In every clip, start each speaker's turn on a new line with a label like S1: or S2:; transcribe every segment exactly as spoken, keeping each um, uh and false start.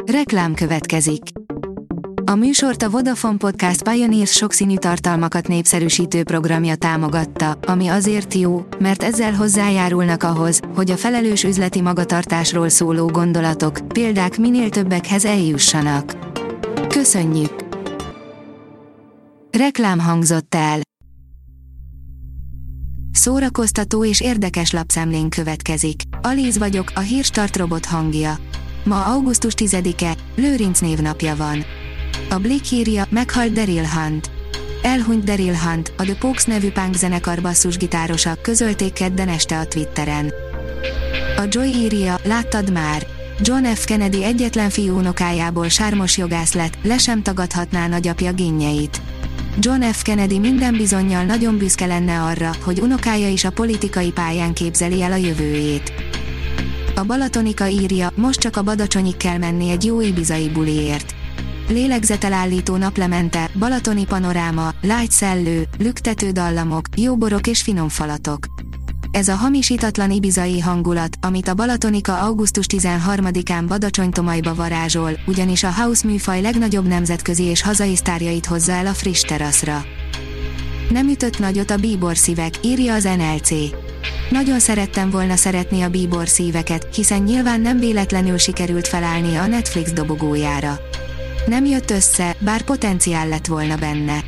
S1: Reklám következik. A műsort a Vodafone Podcast Pioneers sokszínű tartalmakat népszerűsítő programja támogatta, ami azért jó, mert ezzel hozzájárulnak ahhoz, hogy a felelős üzleti magatartásról szóló gondolatok, példák minél többekhez eljussanak. Köszönjük! Reklám hangzott el. Szórakoztató és érdekes lapszemlén következik. Alíz vagyok, a Hírstart robot hangja. Ma augusztus tizedike, Lőrinc névnapja van. A Blick írja, meghalt Daryl Hunt. Elhunyt Daryl Hunt, a The Pogues nevű punk zenekar basszusgitárosa, közölték kedden este a Twitteren. A Joy írja, láttad már? John F. Kennedy egyetlen fiú unokájából sármos jogász lett, le sem tagadhatná nagyapja génjeit. John F. Kennedy minden bizonnyal nagyon büszke lenne arra, hogy unokája is a politikai pályán képzeli el a jövőjét. A Balatonika írja, most csak a Badacsonyig kell menni egy jó ibizai buliért. Lélegzetelállító naplemente, balatoni panoráma, lágy szellő, lüktető dallamok, jó borok és finom falatok. Ez a hamisítatlan ibizai hangulat, amit a Balatonika augusztus tizenharmadikán Badacsony-Tomajba varázsol, ugyanis a house műfaj legnagyobb nemzetközi és hazai sztárjait hozza el a friss teraszra. Nem ütött nagyot a bíbor szívek, írja az en el cé. Nagyon szerettem volna szeretni a bíbor szíveket, hiszen nyilván nem véletlenül sikerült felállni a Netflix dobogójára. Nem jött össze, bár potenciál lett volna benne.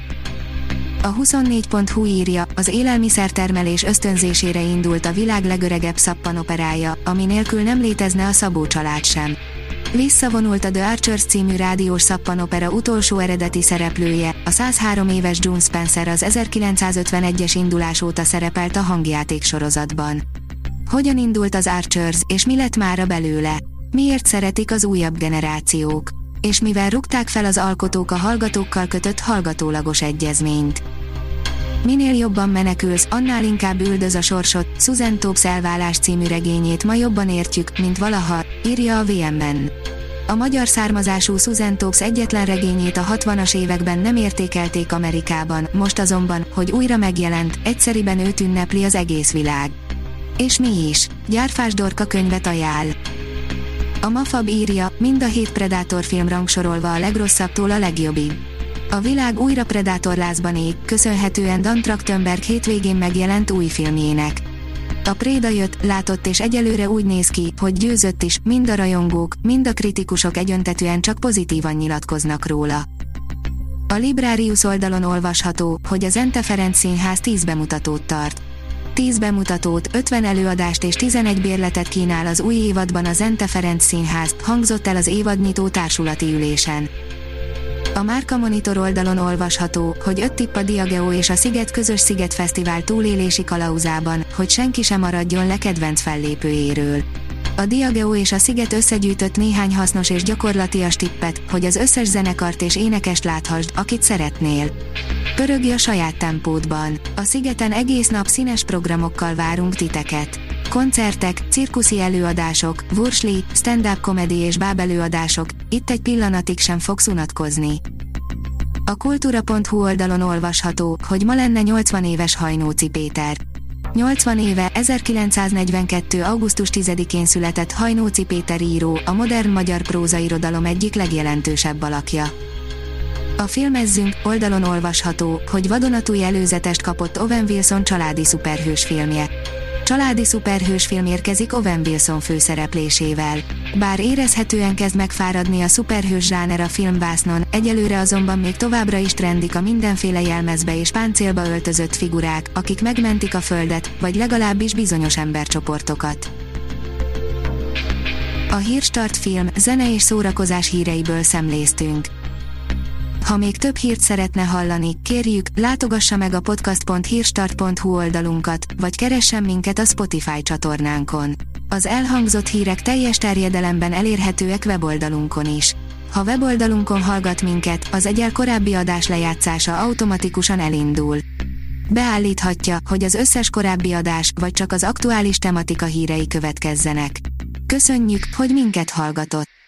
S1: A huszonnégy pont hu írja, az élelmiszertermelés ösztönzésére indult a világ legöregebb szappanoperája, ami nélkül nem létezne a Szabó család sem. Visszavonult a The Archers című rádiós szappanopera utolsó eredeti szereplője, a százhárom éves June Spencer az ezerkilencszázötvenegyes indulás óta szerepelt a hangjáték sorozatban. Hogyan indult az Archers, és mi lett mára belőle? Miért szeretik az újabb generációk? És mivel rúgták fel az alkotók a hallgatókkal kötött hallgatólagos egyezményt. Minél jobban menekülsz, annál inkább üldöz a sorsot, Susan Tobsz Elválás című regényét ma jobban értjük, mint valaha, írja a vé em en. A magyar származású Susan Tobsz egyetlen regényét a hatvanas években nem értékelték Amerikában, most azonban, hogy újra megjelent, egyszeriben őt ünnepli az egész világ. És mi is? Gyárfás Dorka könyvet ajánl. A Mafab írja, mind a hét Predator film rangsorolva a legrosszabbtól a legjobbig. A világ újra Predatorlázban ég, köszönhetően Dan Trachtenberg hétvégén megjelent új filmjének. A Préda jött, látott és egyelőre úgy néz ki, hogy győzött is, mind a rajongók, mind a kritikusok egyöntetűen csak pozitívan nyilatkoznak róla. A Librarius oldalon olvasható, hogy az Ente Ferenc Színház tíz bemutatót tart. tíz bemutatót, ötven előadást és tizenegy bérletet kínál az új évadban az Ente Ferenc Színház, hangzott el az évadnyitó társulati ülésen. A Márka Monitor oldalon olvasható, hogy öt tipp a Diageo és a Sziget közös Szigetfesztivál túlélési kalauzában, hogy senki sem maradjon le kedvenc fellépőjéről. A Diageo és a Sziget összegyűjtött néhány hasznos és gyakorlatias tippet, hogy az összes zenekart és énekest láthasd, akit szeretnél. Pörögj a saját tempódban. A Szigeten egész nap színes programokkal várunk titeket. Koncertek, cirkuszi előadások, vursli, stand-up comedy és bábelőadások, itt egy pillanatig sem fogsz unatkozni. A kultúra pont hu oldalon olvasható, hogy ma lenne nyolcvan éves Hajnóci Péter. nyolcvan éve, ezerkilencszáznegyvenkettő. augusztus tizedikén született Hajnóci Péter író, a modern magyar prózairodalom egyik legjelentősebb alakja. A Filmezzünk oldalon olvasható, hogy vadonatúj előzetest kapott Owen Wilson családi szuperhős filmje. Családi szuperhős film érkezik Owen Wilson főszereplésével. Bár érezhetően kezd megfáradni a szuperhős zsáner a filmvásznon, egyelőre azonban még továbbra is trendik a mindenféle jelmezbe és páncélba öltözött figurák, akik megmentik a földet, vagy legalábbis bizonyos embercsoportokat. A Hírstart film, zene és szórakozás híreiből szemléztünk. Ha még több hírt szeretne hallani, kérjük, látogassa meg a podcast pont hírstart pont hu oldalunkat, vagy keressen minket a Spotify csatornánkon. Az elhangzott hírek teljes terjedelemben elérhetőek weboldalunkon is. Ha weboldalunkon hallgat minket, az egyel korábbi adás lejátszása automatikusan elindul. Beállíthatja, hogy az összes korábbi adás, vagy csak az aktuális tematika hírei következzenek. Köszönjük, hogy minket hallgatott!